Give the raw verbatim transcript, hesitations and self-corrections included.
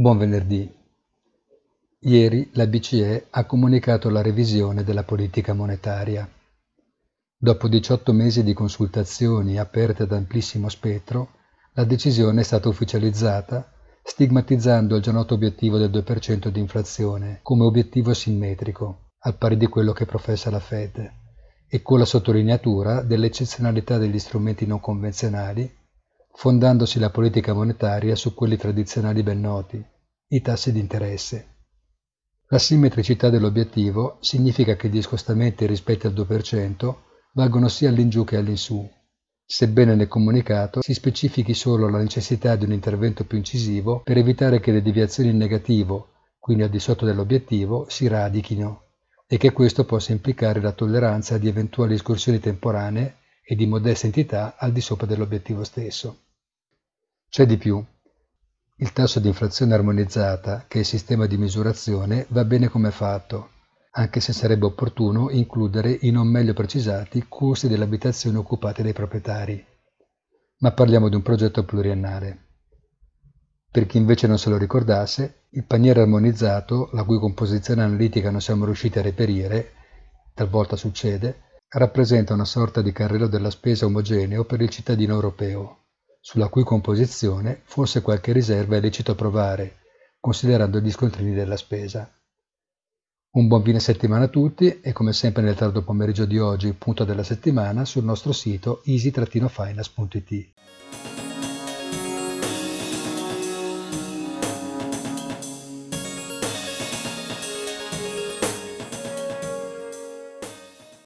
Buon venerdì. Ieri la B C E ha comunicato la revisione della politica monetaria. Dopo diciotto mesi di consultazioni aperte ad amplissimo spettro, la decisione è stata ufficializzata, stigmatizzando il già noto obiettivo del due per cento di inflazione come obiettivo simmetrico, al pari di quello che professa la Fed, e con la sottolineatura dell'eccezionalità degli strumenti non convenzionali, fondandosi la politica monetaria su quelli tradizionali ben noti, i tassi di interesse. La simmetricità dell'obiettivo significa che gli scostamenti rispetto al due per cento valgono sia all'ingiù che all'insù, sebbene nel comunicato si specifichi solo la necessità di un intervento più incisivo per evitare che le deviazioni in negativo, quindi al di sotto dell'obiettivo, si radichino, e che questo possa implicare la tolleranza di eventuali escursioni temporanee e di modesta entità al di sopra dell'obiettivo stesso. C'è di più. Il tasso di inflazione armonizzata, che è il sistema di misurazione, va bene come fatto, anche se sarebbe opportuno includere i non meglio precisati costi delle abitazioni occupate dai proprietari. Ma parliamo di un progetto pluriennale. Per chi invece non se lo ricordasse, il paniere armonizzato, la cui composizione analitica non siamo riusciti a reperire, talvolta succede, rappresenta una sorta di carrello della spesa omogeneo per il cittadino europeo, sulla cui composizione forse qualche riserva è lecito provare, considerando gli scontrini della spesa. Un buon fine settimana a tutti e come sempre nel tardo pomeriggio di oggi, punto della settimana, sul nostro sito easy finance punto it.